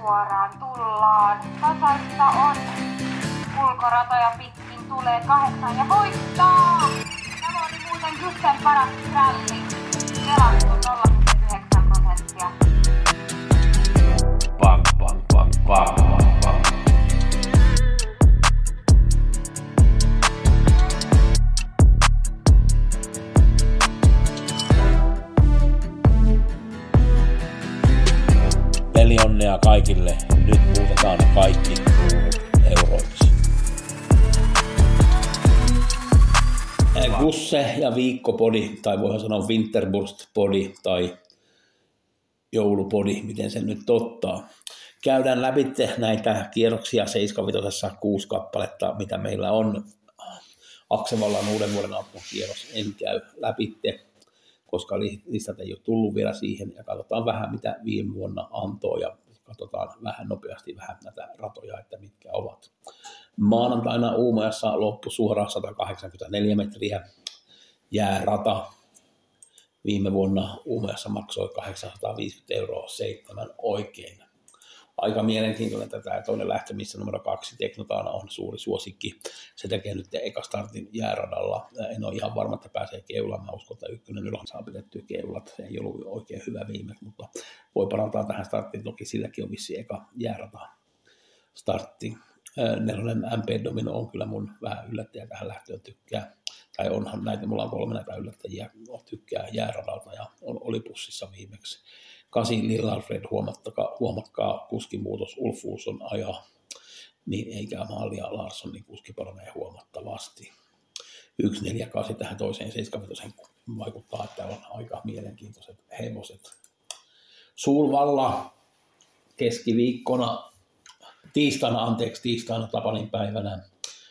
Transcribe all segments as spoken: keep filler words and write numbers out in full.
suoraan tullaan. Tasaista on. Ulkoratoja pitkin tulee kahdeksan ja voittaa! Tämä oli muuten Kysten paras ralli. Pelattu nolla pilkku yhdeksän prosenttia. Bang, bang, bang, bang, bang, bang. Peli onnea kaikille. Nyt muutetaan kaikki kruunut euroiksi. Gusse ja viikkopodi, tai voidaan sanoa Winterburst-podi tai joulupodi, miten sen nyt ottaa. Käydään läpi näitä kierroksia seiskavitosessa kuusi kappaletta, mitä meillä on. Aksevallan uuden vuoden alkukierros en käy läpi, koska listat ei ole tullut vielä siihen, ja katsotaan vähän, mitä viime vuonna antoi, ja katsotaan vähän nopeasti vähän näitä ratoja, että mitkä ovat. Maanantaina Uumajassa loppu suoraan sata kahdeksankymmentäneljä metriä, jäärata. Viime vuonna Uumajassa maksoi kahdeksansataaviisikymmentä euroa, seitsemän oikein. Aika mielenkiintoinen tätä toinen lähtö, missä numero kaksi Teknotaana on suuri suosikki. Se tekee nyt eka startin jääradalla. En ole ihan varma, että pääsee keulaan. Mä uskon, että ykkönen ylän saa pidettyä keulat. Se ei ollut oikein hyvä viimeksi, mutta voi parantaa tähän starttiin. Toki silläkin on vissiin eka jäärata startti. Nelonen M P Domino on kyllä mun vähän yllättäjä tähän lähtöön tykkää. Tai onhan näitä, mulla on kolme näitä yllättäjiä, tykkää jääradalta ja on, oli pussissa viimeksi. Kasi Lillarfred, huomatkaa, huomatkaa kuskimuutos, Ulfuus on ajaa, niin eikä Amalia Larssonin kuski paranee huomattavasti. yksi neljä kahdeksan tähän toiseen seiskavitosen vaikuttaa, että on aika mielenkiintoiset hevoset. Suurvalla keskiviikkona, tiistaina, anteeksi, tiistaina Tapanin päivänä,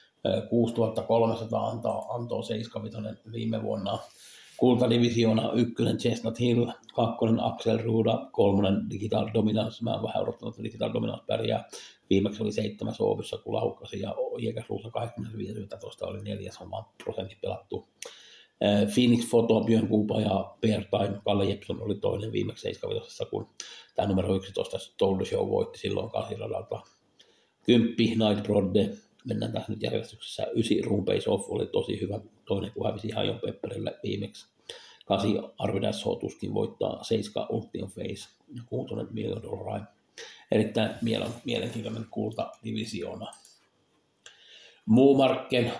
kuusituhattakolmesataa antaa, antoi seiskavitonen viime vuonna. Kultadivisioona ykkönen Chestnut Hill, kakkonen Axel Ruda, kolmonen Digital Dominance. Mä oon vähän odottanut, että Digital Dominance pärjää. Viimeksi oli seitsemäs Oopissa, kun laukkasi, ja Jäkäsruussa kaksikymmentäviisi yksitoista oli neljäs oma prosentti pelattu. Phoenix Photo, Björn Kuupa ja Bear Time, Kalle Jepson oli toinen viimeksi seiskavitosessa, kun tämä numero yksitoista Told Show voitti silloin kasiradalta. Kymppi Night Brodde. Mennään tässä nyt järjestyksessä. Ysi Rumpace Off oli tosi hyvä, toinen kun hävisi Hajon Pepperille viimeksi. Kasi Arvidas tuskin voittaa, seiska Ultion Face ja kuutonen Million Dollar. Erittäin mielenkiintoinen kultadivisioona. Muumarkken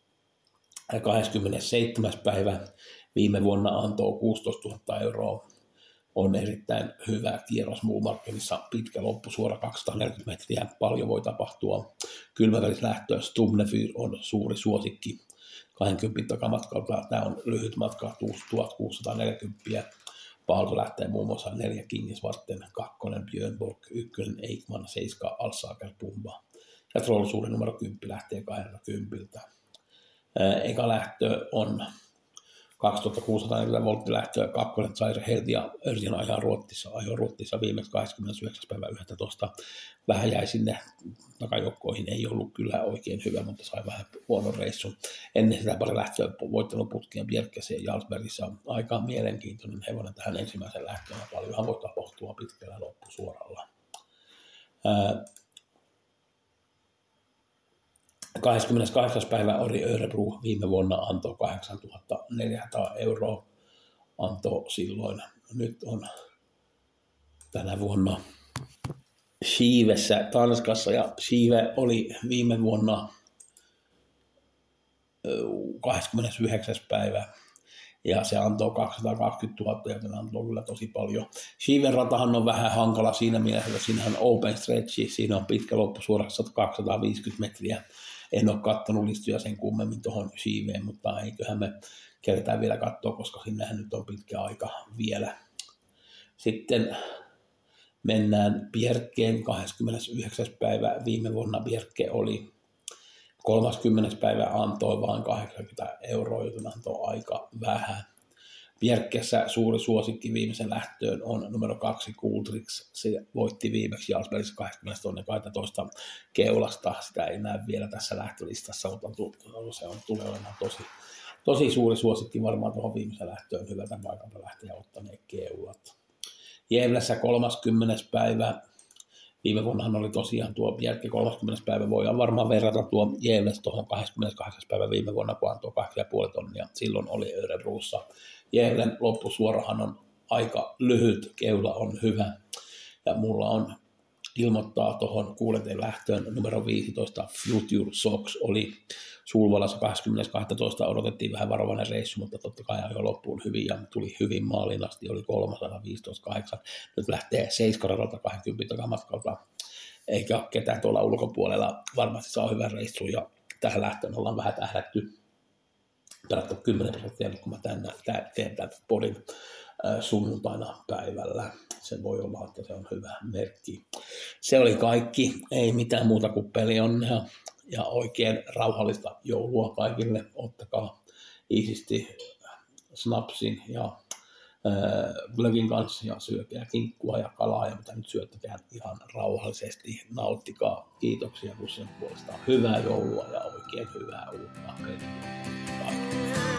kahdeskymmenesseitsemäs päivä viime vuonna antoi kuusitoistatuhatta euroa. On erittäin hyvä kierros Muumarkkenissa, pitkä loppusuora kaksisataaneljäkymmentä metriä, paljon voi tapahtua. Kylmävälislähtö Stumnefyr on suuri suosikki kaksikymmentä takamatkalta. Tämä on lyhyt matka, tuhatkuusisataaneljäkymmentä. Paalto lähtee muun muassa neljä Kingisvarten, kakkonen Björnborg, ykkönen Eikman, seiska Alsaker Pumba. Ja Troll suuri numero kymmenen lähtee kaksikymmentä. Eka lähtö on kaksituhattakuusisataaneljäkymmentä volttilähtöä, kakkonen Zaire Held ja Örjan ajaa Ruotsissa, ajoi Ruotsissa viimeksi kahdeskymmenesyhdeksäs päivä yhdestoista. Vähän jäi sinne takajoukkoihin, ei ollut kyllä oikein hyvä, mutta sai vähän huonon reissun. Ennen sitä pari lähtöä voittanut putkien Bjerkkäsen ja Jarlsbergissä on aika mielenkiintoinen hevonen tähän ensimmäisen lähtöön. Paljonhan voi tapahtua pitkällä loppusuoralla. Ää, kahdeskymmeneskahdeksas päivä Ori Örebro viime vuonna antoi kahdeksantuhattaneljäsataa euroa, antoi silloin. Nyt on tänä vuonna Chivessä Tanskassa, ja Chive oli viime vuonna kahdeskymmenesyhdeksäs päivä ja se antoi kaksisataakaksikymmentätuhatta, joten antoi kyllä tosi paljon. Chiven ratahan on vähän hankala siinä mielessä, että siinähän on open stretchi, siinä on pitkä loppusuorassa kaksisataaviisikymmentä metriä. En ole katsonut listuja sen kummemmin tuohon Chiveen, mutta eiköhän me keretään vielä katsoa, koska sinnehän nyt on pitkä aika vielä. Sitten mennään Bjerkeen, kahdeskymmenesyhdeksäs päivä. Viime vuonna Bjerke oli kolmaskymmenes päivä, antoi vain kahdeksankymmentä euroa, joten antoi aika vähän. Bjerkessä suuri suosikki viimeisen lähtöön on numero kaksi Kultrix. Se voitti viimeksi Jarlsbergissä kahdeskymmenestoinen keulasta. Sitä ei näe vielä tässä lähtölistassa, mutta se on tulee olemaan tosi, tosi suuri suosikki varmaan tuohon viimeisen lähtöön. Hyvältä paikalta lähteä ottaneet keulat. Jevlässä kolmaskymmenes päivä Viime vuonnahan oli tosiaan tuo jälki kolmaskymmenes päivä, voidaan varmaan verrata tuo Gävles tuohon kahdeskymmeneskahdeksas päivä viime vuonna, kun antoi kaksi pilkku viisi tonnia, silloin oli Örebrossa. Gävlen loppusuorahan on aika lyhyt, keula on hyvä, ja mulla on ilmoittaa tuohon kuudenteen lähtöön numero viisitoista Future Sox oli Sulvalassa kahdeskymmenes toinen odotettiin vähän varovainen reissu, mutta totta kai jo loppuun hyvin ja tuli hyvin maaliin asti, oli kolmesataaviisitoista kahdeksan. Nyt lähtee seiskaradalta kaksikymmentä takamatkalta, eikä ole ketään tuolla ulkopuolella. Varmasti saa hyvän reissun ja tähän lähtöön ollaan vähän tähdätty. Pelattu kymmenen prosenttia, kun mä tänään teen tätä podin sunnuntaina päivällä. Se voi olla, että se on hyvä merkki. Se oli kaikki, ei mitään muuta kuin pelionnea ja oikein rauhallista joulua kaikille. Ottakaa iisisti snapsin ja äh, glögin kanssa ja syökää kinkkua ja kalaa ja mitä nyt syöttäkään ihan rauhallisesti. Nauttikaa. Kiitoksia Lucian puolesta. Hyvää joulua ja oikein hyvää uutta.